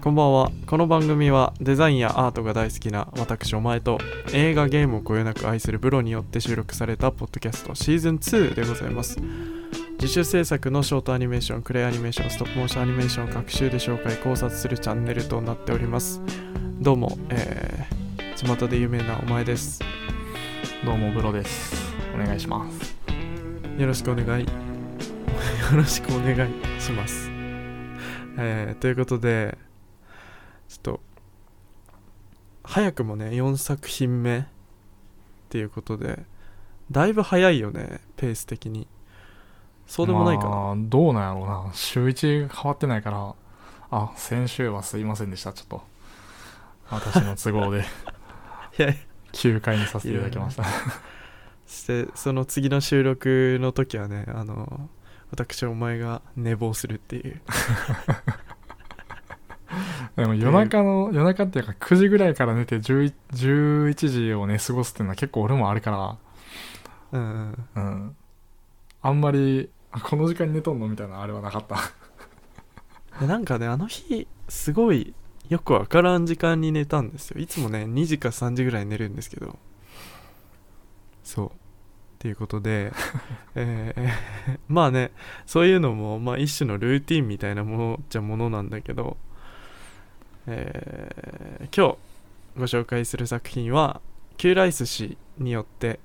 こんばんは。この番組はデザインやアートが大好きな私お前と映画ゲームをこよなく愛するブロによって収録されたポッドキャストシーズン2でございます。自主制作のショートアニメーション、クレイアニメーション、ストップモーションアニメーションを各週で紹介考察するチャンネルとなっております。どうも、巷で有名なお前です。 どうもブロです。お願いします。 よろしくお願いします。ということでちょっと早くもね4作品目っていうことでだいぶ早いよね、ペース的に。そうでもないかな。 どうなんやろうな。週1変わってないから、先週はすいませんでした。ちょっと私の都合でいや 9回にさせていただきました。 そしてその次の収録の時はね、私お前が寝坊するっていうでも夜中っていうか9時ぐらいから寝て11時をね過ごすっていうのは結構俺もあるから、あんまりこの時間に寝とんのみたいなあれはなかったなんかね、あの日すごいよくわからん時間に寝たんですよ。いつもね2時か3時ぐらい寝るんですけど、そうっていうことでまあね、そういうのもまあ一種のルーティンみたいなものじゃものなんだけど、今日ご紹介する作品はキューライス氏によって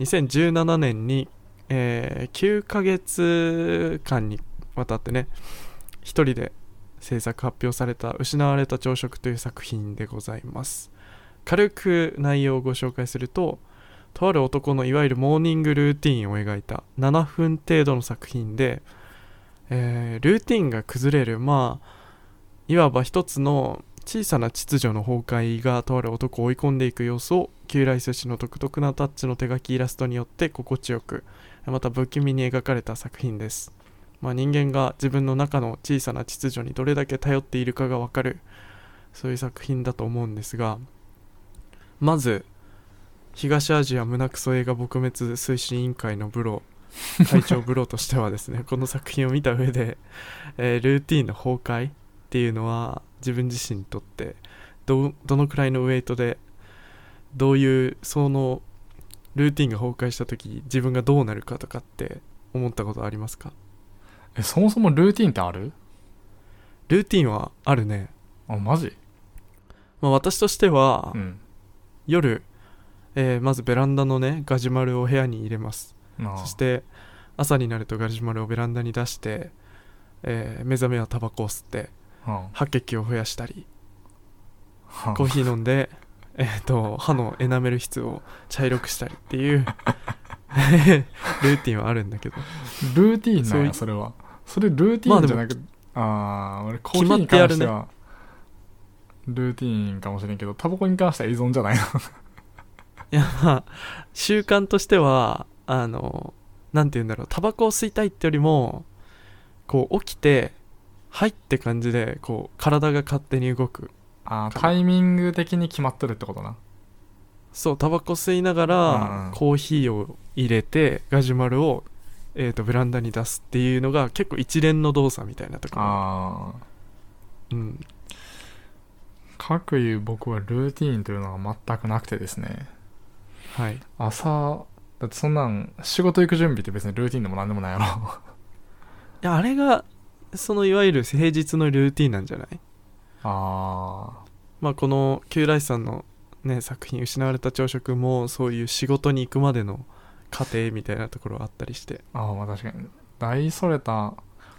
2017年に、9ヶ月間にわたってね一人で制作発表された失われた朝食という作品でございます。軽く内容をご紹介すると、とある男のいわゆるモーニングルーティンを描いた7分程度の作品で、ルーティンが崩れる、いわば一つの小さな秩序の崩壊がとある男を追い込んでいく様子をキューライス氏の独特なタッチの手書きイラストによって心地よく、また不気味に描かれた作品です。人間が自分の中の小さな秩序にどれだけ頼っているかがわかる、そういう作品だと思うんですが、まず東アジア胸クソ映画撲滅推進委員会の会長ブロとしてはですねこの作品を見た上で、ルーティンの崩壊っていうのは自分自身にとってどのくらいのウェイトで、どういうそのルーティンが崩壊した時自分がどうなるかとかって思ったことありますか？ そもそもルーティンってある？ ルーティンはあるね。 マジ？ 私としては、夜、まずベランダのねガジュマルを部屋に入れます。そして朝になるとガジュマルをベランダに出して、目覚めはタバコを吸って、白血球を増やしたり、コーヒー飲んで、歯のエナメル質を茶色くしたりっていうルーティンはあるんだけど。 ルーティンなんやそれは。それルーティンじゃなく、俺コーヒーに関してはルーティンかもしれんけど、タバコに関しては依存じゃないのいや習慣としてはなんて言うんだろう、タバコを吸いたいってよりもこう起きてはいって感じでこう体が勝手に動く。 タイミング的に決まっとるってことな。 そう、タバコ吸いながらコーヒーを入れてガジュマルを、ベランダに出すっていうのが結構一連の動作みたいなところ。 かくいう僕はルーティーンというのは全くなくてですね。 はい。 朝だってそんなん仕事行く準備って別にルーティーンでもなんでもないやろ。 いや、あれがそのいわゆる平日のルーティーンなんじゃない？このキューライスさんのね作品失われた朝食もそういう仕事に行くまでの過程みたいなところあったりして、 確かに大それた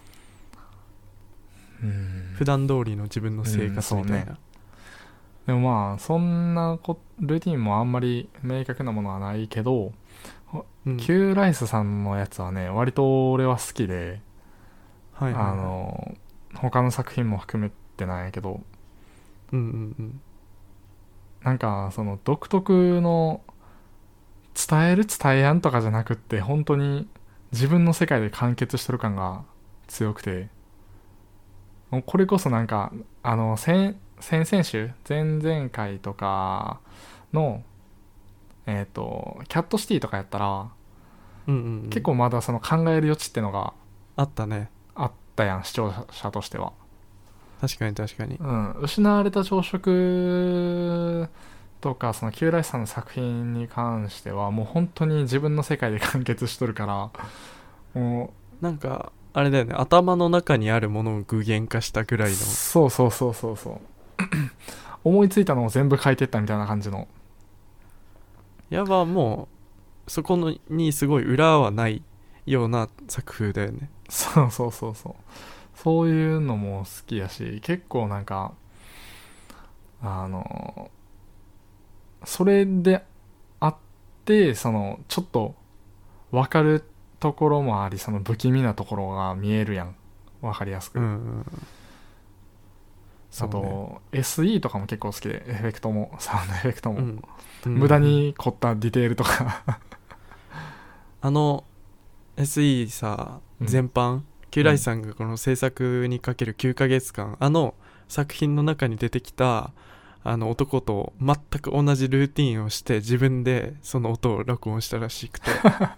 普段通りの自分の生活みたいな、 でもそんなルーティンもあんまり明確なものはないけど、キューライスさんのやつはね割と俺は好きで、他の作品も含めてなんやけど、なんかその独特の伝えやんとかじゃなくって、本当に自分の世界で完結してる感が強くて、これこそなんか先々週前々回とかのキャットシティとかやったら、結構まだその考える余地ってのがあったね。 あったやん、視聴者としては。 確かに確かに。 失われた朝食とかその旧来さんの作品に関してはもう本当に自分の世界で完結しとるから、もなんかあれだよね、頭の中にあるものを具現化したぐらいの。 そうそうそうそうそう思いついたのを全部書いてったみたいな感じの。 やば、もうそこのにすごい裏はないような作風だよね。 そうそうそうそう、そういうのも好きやし、結構なんかそれであって、そのちょっと分かるところもあり、その不気味なところが見えるやん、分かりやすく。 うん、 あと SE とかも結構好きで、エフェクトもサウンドエフェクトも、無駄に凝ったディテールとか SE さ、全般旧来さんがこの制作にかける9ヶ月間、作品の中に出てきた男と全く同じルーティンをして自分でその音を録音したらしくて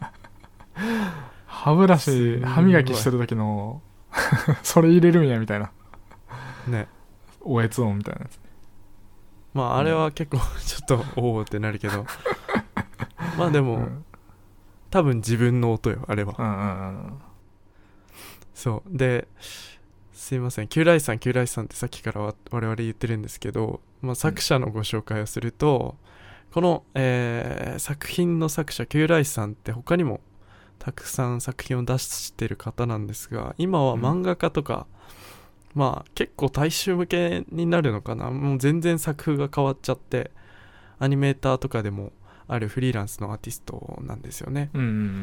歯ブラシ歯磨きしてる時のそれ入れるんやみたいなね、 おえつ音みたいなやつ。 まああれは結構ちょっとおおってなるけどまあでも、多分自分の音よあれは。そうですいません、旧来さんってさっきから我々言ってるんですけど、まあ、作者のご紹介をすると、この、作品の作者旧来さんって他にもたくさん作品を出してる方なんですが、今は漫画家とか、まあ結構大衆向けになるのかな、もう全然作風が変わっちゃってアニメーターとかでもあるフリーランスのアーティストなんですよね。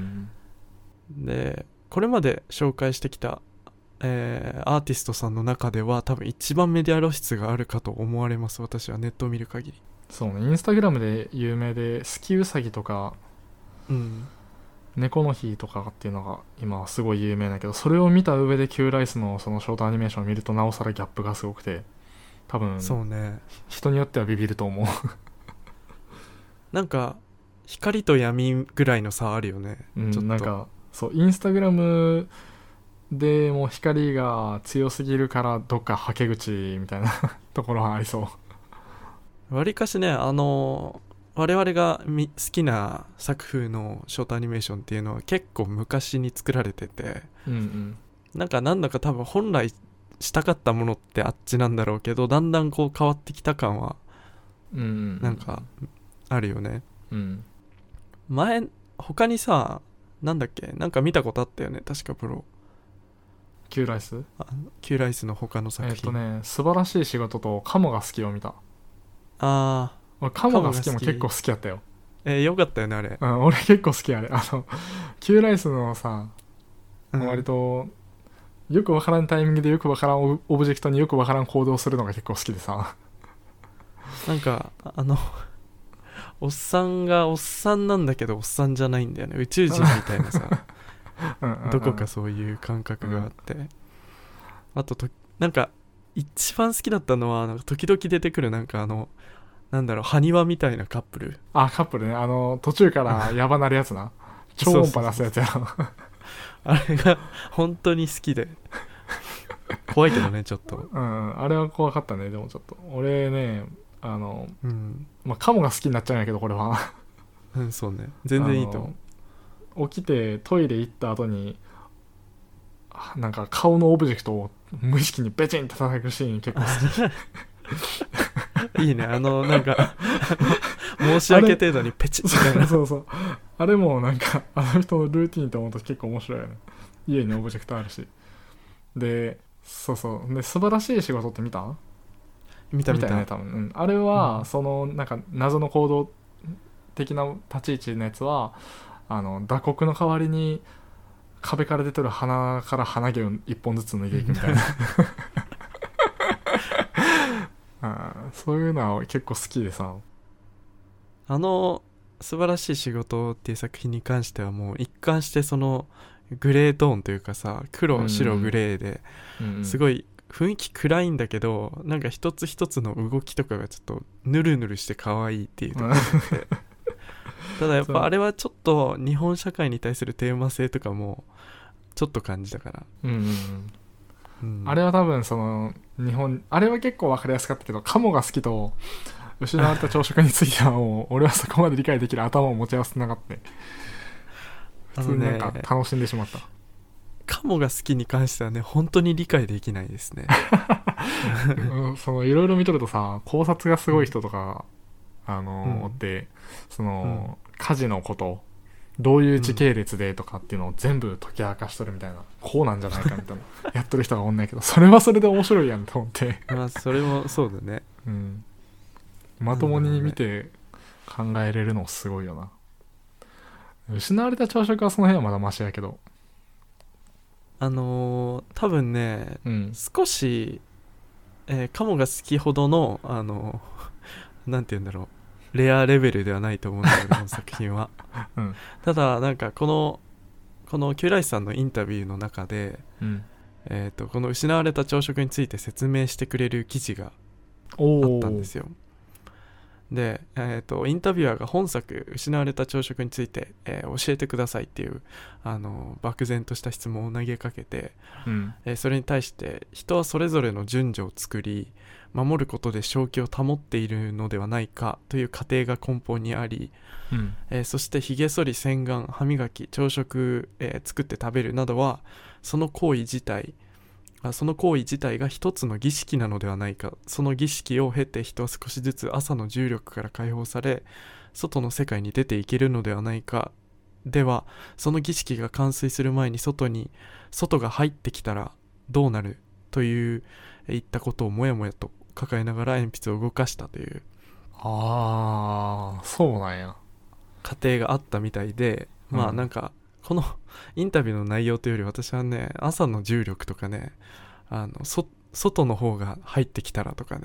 でこれまで紹介してきたアーティストさんの中では多分一番メディア露出があるかと思われます、私はネットを見る限り。 そうね、インスタグラムで有名で、スキウサギとか、猫の日とかっていうのが今はすごい有名だけど、それを見た上でキューライスのそのショートアニメーションを見るとなおさらギャップがすごくて、多分そうね、 人によってはビビると思うなんか光と闇ぐらいの差あるよね、ちょっとなんかそう、インスタグラムでもう光が強すぎるからどっかはけ口みたいなところはありそう。 わりかしね、我々が好きな作風のショートアニメーションっていうのは結構昔に作られてて、なんだか多分本来したかったものってあっちなんだろうけど、だんだんこう変わってきた感はなんかあるよね。前他にさ、なんだっけ、なんか見たことあったよね、確かプロキューライスキューライスの他の作品、 素晴らしい仕事とカモが好きを見た。カモが好きも結構好きやったよ。 よかったよねあれ。 俺結構好きあれ。キューライスのさ、割とよくわからんタイミングでよくわからんオブジェクトによくわからん行動するのが結構好きでさ、 なんかおっさんがおっさんなんだけどおっさんじゃないんだよね、宇宙人みたいなさどこかそういう感覚があって、あとなんか一番好きだったのは、なんか時々出てくるなんかなんだろう、埴輪みたいなカップル。 カップルね、途中からヤバなるやつな超音波出すやつやろあれが本当に好きで怖いけどねちょっと。 あれは怖かったね。でもちょっと俺ね、カモが好きになっちゃうんやけど、これはそうね、全然いいと思う。起きてトイレ行った後になんか顔のオブジェクトを無意識にベチンって叩くシーン結構好きいいね、なんか申し訳程度にペチッみたいなそう、あれもなんか人のルーティーンと思うと結構面白いよね。家にオブジェクトあるし。でで素晴らしい仕事って見たよね多分、あれは、そのなんか謎の行動的な立ち位置のやつは打刻の代わりに壁から出てる鼻から鼻毛を一本ずつ抜いていくみたいなそういうのは結構好きでさ、 素晴らしい仕事っていう作品に関してはもう一貫してそのグレートーンというかさ、黒白グレーで、すごい雰囲気暗いんだけど、なんか一つ一つの動きとかがちょっとヌルヌルして可愛いっていうところがあってただやっぱあれはちょっと日本社会に対するテーマ性とかもちょっと感じたから、 あれは多分その日本あれは結構分かりやすかったけど、カモが好きと失われた朝食についてはもう俺はそこまで理解できる頭を持ち合わせてなかったね。普通になんか楽しんでしまった。 カモが好きに関してはね本当に理解できないですねそのいろいろ見とるとさ、考察がすごい人とかおってその、家事のことどういう時系列でとかっていうのを全部解き明かしとるみたいな、こうなんじゃないかみたいなやっとる人がおんないけど、それはそれで面白いやんと思ってまあそれもそうだね、 まともに見て考えれるのすごいよな。失われた朝食はその辺はまだマシやけど、 多分ね、少し、カモが好きほどのなんて言うんだろう、レアレベルではないと思うんだけどこの作品は、ただなんかこのキュライスさんのインタビューの中で、この失われた朝食について説明してくれる記事があったんですよ。で、インタビュアーが本作失われた朝食について、教えてくださいっていう漠然とした質問を投げかけて、それに対して人はそれぞれの順序を作り守ることで正気を保っているのではないかという過程が根本にあり、そしてひげ剃り洗顔歯磨き朝食、作って食べるなどはその行為自体が一つの儀式なのではないか。その儀式を経て人は少しずつ朝の重力から解放され外の世界に出ていけるのではないか。ではその儀式が完遂する前に外が入ってきたらどうなるといったことをもやもやと抱えながら鉛筆を動かしたという、 そうなんや、 過程があったみたいで、まあなんかこのインタビューの内容というより私はね、朝の重力とかね、外の方が入ってきたらとかね、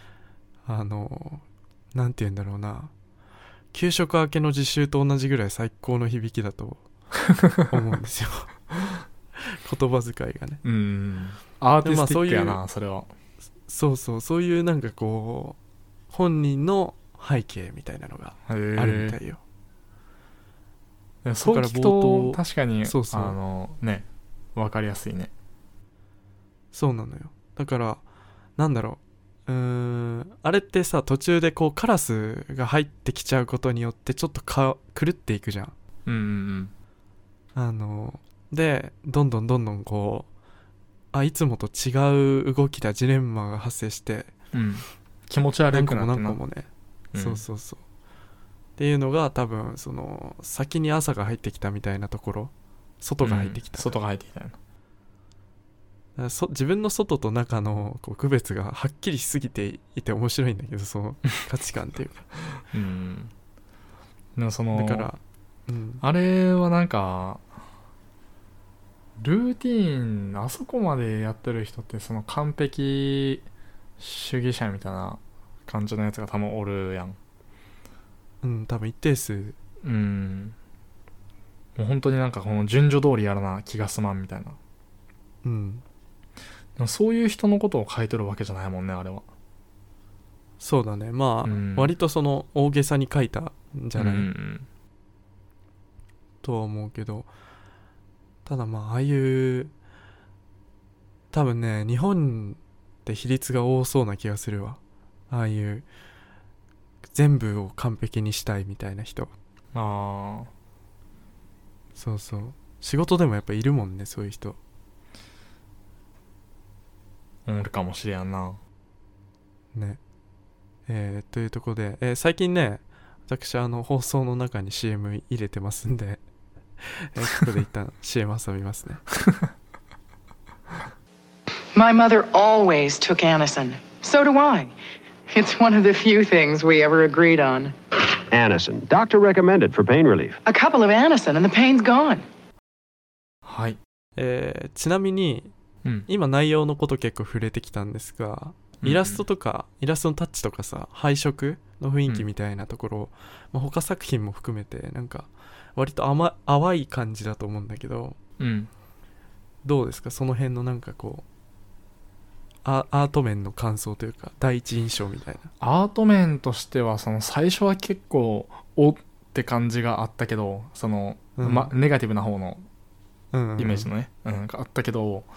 なんて言うんだろうな、給食明けの実習と同じぐらい最高の響きだと思うんですよ言葉遣いがね、 アーティスティックやな、それは。 そういうなんかこう本人の背景みたいなのがあるみたいよ。 そう聞くと確かにね、分かりやすいね。 そうなのよ。だからなんだろう、あれってさ、途中でこうカラスが入ってきちゃうことによってちょっと狂っていくじゃん。でどんどんこういつもと違う動きだ、ジレンマが発生して、 気持ち悪くなって何個もね、そうっていうのが多分その先に朝が入ってきたみたいなところ、外が入ってきた、自分の外と中のこう区別がはっきりしすぎていて面白いんだけど、その価値観っていうかでもそのだから、 あれはなんかルーティーンあそこまでやってる人ってその完璧主義者みたいな感じのやつが多分おるやん。 多分一定数。 もう本当になんかこの順序通りやらな気が済まんみたいな。でもそういう人のことを書いてるわけじゃないもんね、あれは。 そうだね、まあ、割とその大げさに書いたんじゃない、とは思うけど、ただまあああいう多分ね、日本って比率が多そうな気がするわ。ああいう全部を完璧にしたいみたいな人。そう仕事でもやっぱいるもんね、そういう人。 おるかもしれんなね。というところで、最近ね、私放送の中に CM 入れてますんでここで一旦 CM 遊びますね。 My mother always took Anacin. So do I. It's one of the few things we ever agreed on. Anacin. Doctor recommended for pain relief. A couple of Anacin and the pain's gone. はい。 ちなみに、今内容のこと結構触れてきたんですが、イラストとか、イラストのタッチとかさ、配色の雰囲気みたいなところ、他作品も含めてなんか割と淡い感じだと思うんだけど、どうですか、その辺のなんかこうアート面の感想というか第一印象みたいな。 アート面としてはその最初は結構おって感じがあったけど、その、ネガティブな方のイメージのね、あったけど、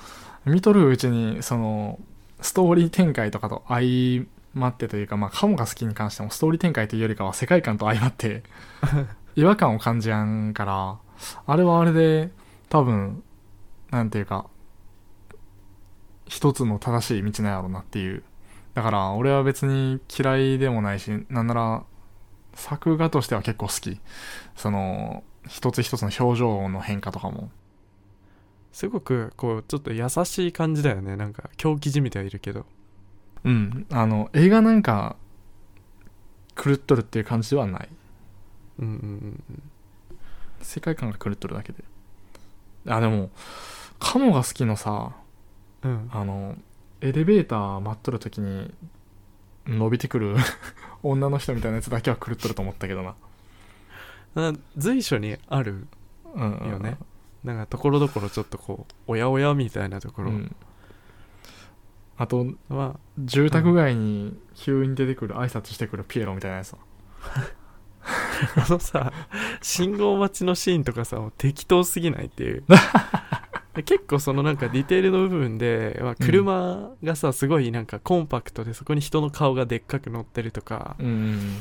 見とるうちにそのストーリー展開とかと相まってというか、まあカモが好きに関してもストーリー展開というよりかは世界観と相まって違和感を感じやんから、あれはあれで多分なんていうか一つの正しい道なんやろうなっていう。だから俺は別に嫌いでもないし、なんなら作画としては結構好き。その一つ一つの表情の変化とかも。 すごくこうちょっと優しい感じだよね。なんか狂気じみてはいるけど。 うん、映画なんか狂っとるっていう感じではない。 うんうんうん世界観が狂っとるだけで。あ、でもカモが好きのさ、 うんエレベーター待っとる時に伸びてくる女の人みたいなやつだけは狂っとると思ったけどな。 随所にあるうんうん、 よね。なんかところどころちょっとこうおやおやみたいなところうん、あとは、 住宅街に急に出てくる挨拶してくるピエロみたいなやつ。 あのさ信号待ちのシーンとかさもう適当すぎないっていう結構そのなんかディテールの部分で、まあ、車がさすごいなんかコンパクトでそこに人の顔がでっかく乗ってるとか、 うん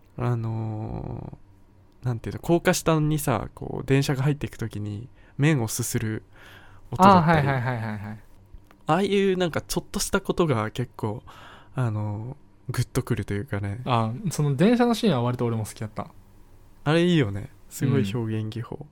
なんていうの、高架下にさこう電車が入っていくときに麺をすする音だったり、ああいうなんかちょっとしたことが結構グッとくるというかね。 その電車のシーンは割と俺も好きだった。 あれいいよね。すごい表現技法、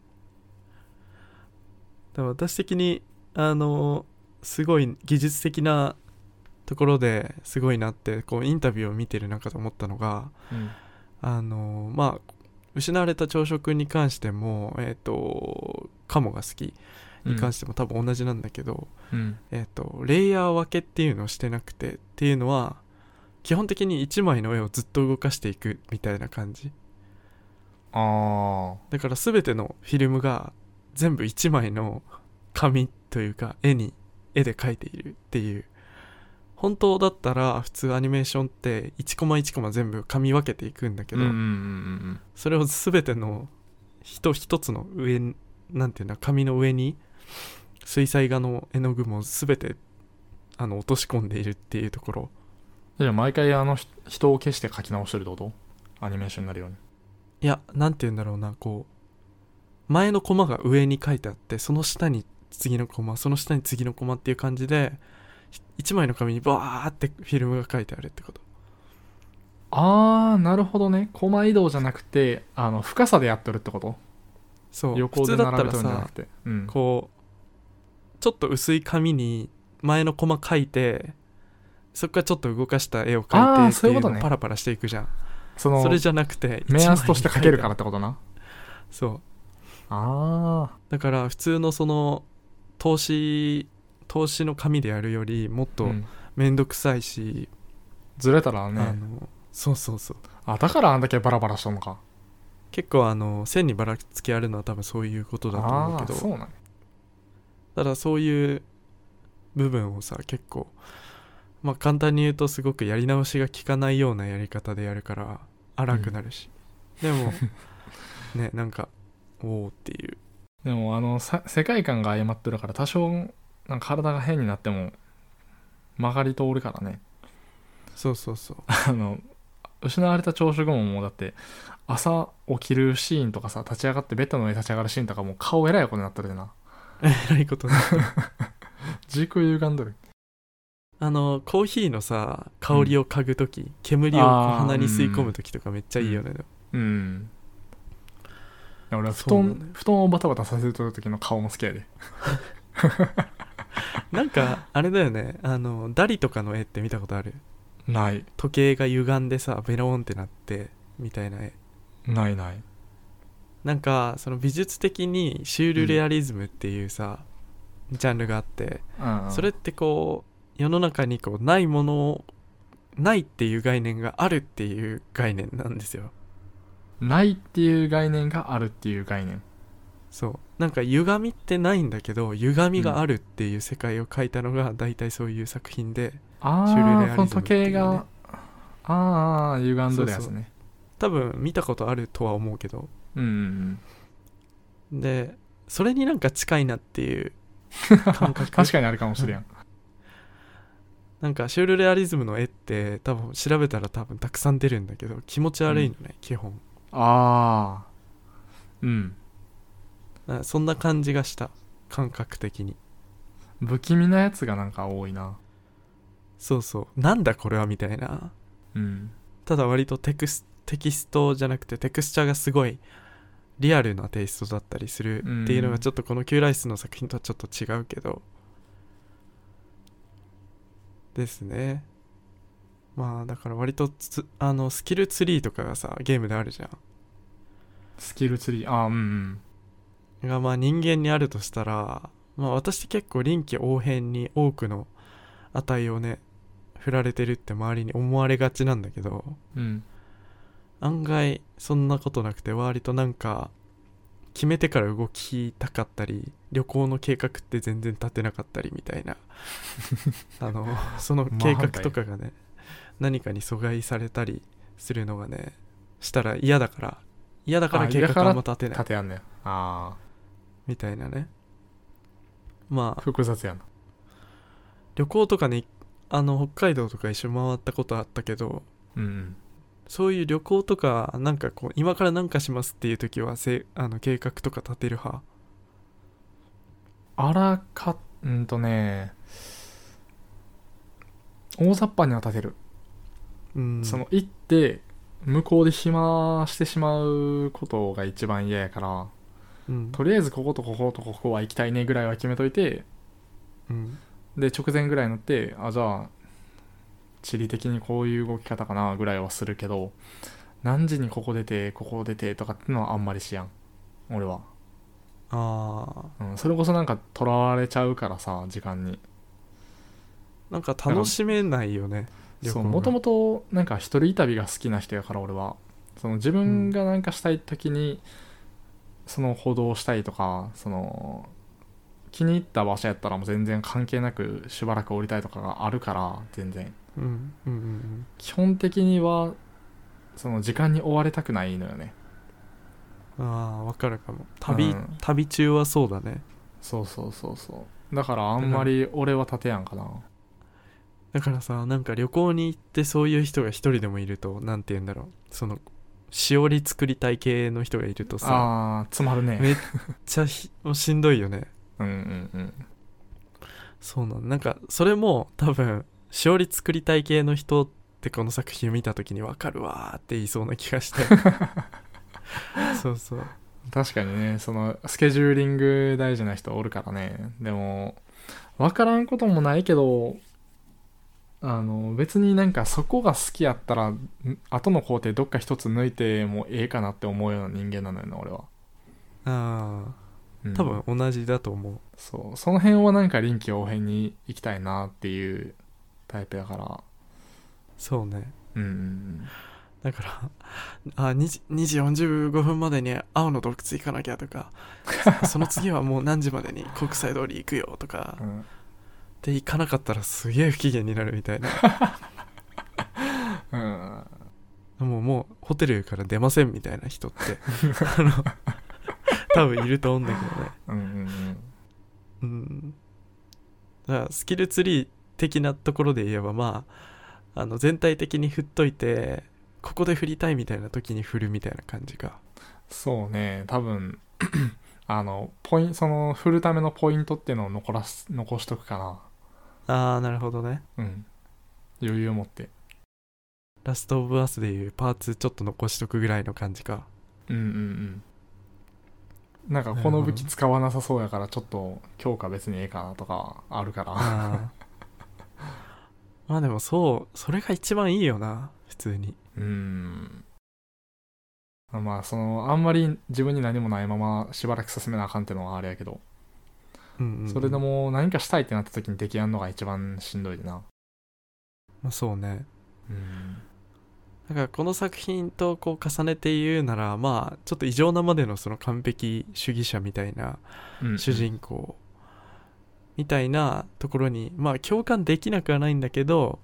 だから私的にすごい技術的なところですごいなってこうインタビューを見てる中で思ったのが、まあ失われた朝食に関してもカモが好きに関しても多分同じなんだけど、レイヤー分けっていうのをしてなくて、っていうのは基本的に1枚の絵をずっと動かしていくみたいな感じ。だから全てのフィルムが全部1枚の紙というか絵で描いているっていう。本当だったら普通アニメーションって1コマ1コマ全部紙分けていくんだけど、それを全ての一つの上、なんていうんだ、紙の上に水彩画の絵の具も全て落とし込んでいるっていうところ。 じゃあ毎回人を消して描き直してるってこと？アニメーションになるように。 いや、なんて言うんだろうな、こう前のコマが上に書いてあって、その下に次のコマ、その下に次のコマっていう感じで1枚の紙にバーってフィルムが書いてあるってこと。 なるほどね。コマ移動じゃなくて深さでやってるってこと？ そう、 横で並べとるんじゃなくて、 こうちょっと薄い紙に前のコマ書いて、そこからちょっと動かした絵を描いてっていうのをパラパラしていくじゃん。それじゃなくて目安として描けるからってことな。 そう。だから普通のその投資の紙でやるよりもっとめんどくさいし、 ずれたらね。 そうだからあんだけバラバラしたのか。 結構線にばらつきあるのは多分そういうことだと思うけど、 そうなん。 ただそういう部分をさ結構まあ簡単に言うとすごくやり直しが効かないようなやり方でやるから荒くなるし、でもね、なんかおーっていう。 でも世界観が誤ってるから多少なんか体が変になっても曲がり通るからね。 そう失われた朝食ももうだって朝起きるシーンとかさ、立ち上がってベッドの上に立ち上がるシーンとかもう顔えらいことになってるでな。 えらいことになってる軸歪んどる。 コーヒーのさ香りを嗅ぐとき、煙を鼻に吸い込むときとかめっちゃいいよね。 俺は布団をバタバタさせるときの顔も好きやでなんかあれだよね、ダリとかの絵って見たことある？ ない。 時計が歪んでさベローンってなってみたいな絵。 ない。 なんかその美術的にシュールレアリズムっていうさ、ジャンルがあって、それってこう世の中にこうないものをないっていう概念があるっていう概念なんですよ。 ないっていう概念があるっていう概念。 そう、なんか歪みってないんだけど歪みがあるっていう世界を描いたのが大体そういう作品で、 シュールレアリズムっていうね。この時計が歪んどるやつね。 多分見たことあるとは思うけど、でそれになんか近いなっていう感覚確かにあるかもしれん。 なんかシュールレアリズムの絵って多分調べたら多分たくさん出るんだけど気持ち悪いのね、基本。 ああ、うん。 そんな感じがした感覚的に。 不気味なやつがなんか多いな。 そうそう、なんだこれはみたいな。 うん。 ただ割とテキストじゃなくてテクスチャーがすごいリアルなテイストだったりするっていうのがちょっとこのキューライスの作品とはちょっと違うけどですね。まあだから割とスキルツリーとかがさゲームであるじゃスキルツリー、ああ、うんん。がまあ人間にあるとしたら、まあ私結構臨機応変に多くの値をね振られてるって周りに思われがちなんだけど、 うん。うん。 案外そんなことなくて割となんか決めてから動きたかったり旅行の計画って全然立てなかったりみたいなその計画とかがね何かに阻害されたりするのがねしたら嫌だから計画あんま立てない立てやんねん。あみたいなね。まあ、 あ複雑やな。 旅行とかね北海道とか一緒に回ったことあったけど、 うんうん。 そういう旅行とかなんかこう今からなんかしますっていう時は計画とか立てる派？ 大雑把には立てる。その行って向こうで暇してしまうことが一番嫌やから、とりあえずこことこことここは行きたいねぐらいは決めといて、で直前ぐらいになってじゃあ地理的にこういう動き方かなぐらいはするけど、何時にここ出てここ出てとかってのはあんまりしやん俺は。それこそなんかとらわれちゃうからさ、時間になんか楽しめないよね。 そう、もともとなんか一人旅が好きな人やから俺は、その自分がなんかしたい時にその行動したいとか、その気に入った場所やったらもう全然関係なくしばらく降りたいとかがあるから全然、基本的にはその時間に追われたくないのよね。 わかるかも。旅中はそうだね。 そうだからあんまり俺は立てやんかな。 だからさ、なんか旅行に行ってそういう人が一人でもいると、なんて言うんだろう、そのしおり作りたい系の人がいるとさ、 詰まるね。 めっちゃしんどいよね。そうなの。なんかそれも多分しおり作りたい系の人ってこの作品を見た時に分かるわーって言いそうな気がしてそう確かにね、そのスケジューリング大事な人おるからね。でも分からんこともないけど、別になんかそこが好きやったら後の工程どっか一つ抜いてもええかなって思うような人間なのよな俺は。 多分同じだと思う。 その辺はなんか臨機応変に行きたいなっていうタイプやから。 そうね。だから2時45分までに青の洞窟行かなきゃとかその次はもう何時までに国際通り行くよとか、で行かなかったらすげえ不機嫌になるみたいなもうホテルから出ませんみたいな人って多分いると思うんだけどね。だからスキルツリー的なところで言えば、まあ全体的に振っといてここで振りたいみたいな時に振るみたいな感じか。 そうね、多分その振るためのポイントっていうのを残しとくかな。 なるほどね。 余裕を持ってラストオブアスでいうパーツちょっと残しとくぐらいの感じか。 なんかこの武器使わなさそうやからちょっと強化別にええかなとかあるからまあでもそれが一番いいよな普通に。 まああんまり自分に何もないまましばらく進めなあかんってのはあれやけど、それでも何かしたいってなった時にできやんのが一番しんどいでな。 まあそうね。だからこの作品とこう重ねて言うなら、まあちょっと異常なまでのその完璧主義者みたいな主人公みたいなところにまあ共感できなくはないんだけど、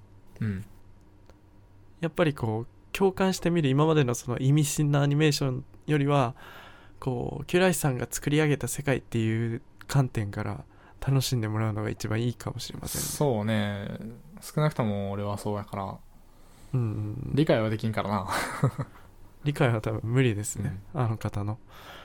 やっぱりこう共感してみる今までのその意味深なアニメーションよりはこうキュライスさんが作り上げた世界っていう観点から楽しんでもらうのが一番いいかもしれませんね。 そうね、少なくとも俺はそうやからうんうん、 理解はできんからな。 理解は多分無理ですね、あの方の。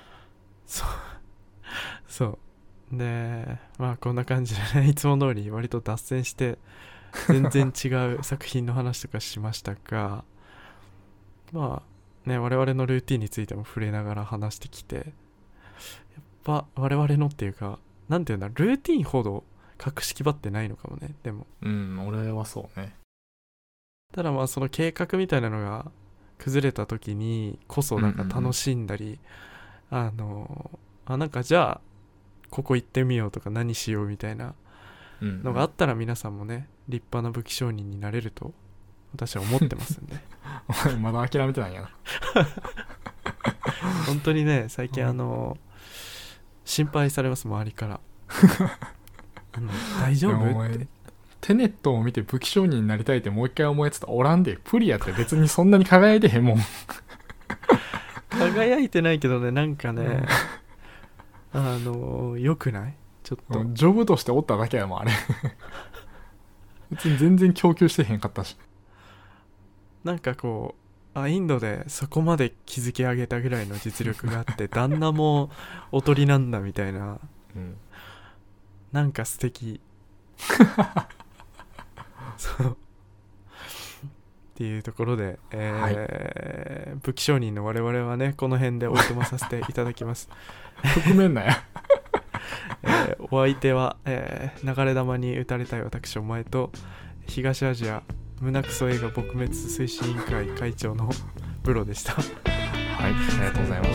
そうで、まあこんな感じでね、いつも通り割と脱線して全然違う作品の話とかしましたが、まあね、我々のルーティンについても触れながら話してきて、やっぱ我々のっていうか、なんていうんだ、ルーティンほど格式ばってないのかもね。でも俺はそうね。 ただまあその計画みたいなのが崩れた時にこそなんか楽しんだり、なんかじゃあここ行ってみようとか何しようみたいなのがあったら、皆さんもね立派な武器商人になれると私は思ってますんでお前まだ諦めてないんやな。 本当にね、最近心配されます、周りから大丈夫って。 テネットを見て武器商人になりたいってもう一回思うやつとおらんで。プリアって別にそんなに輝いてへんもん。 輝いてないけどね、なんかね良くない？ちょっとジョブとしておっただけやもんあれ。別に全然供給してへんかったし。 なんかこうインドでそこまで築き上げたぐらいの実力があって旦那もおとりなんだみたいな、なんか素敵。そうっていうところで、武器商人の我々はねこの辺でおいとまさせていただきます。 覆面なや。 お相手は、流れ弾に打たれたい私お前と、東アジア胸クソ映画撲滅推進委員会会長のブロでした。 はい、ありがとうございます。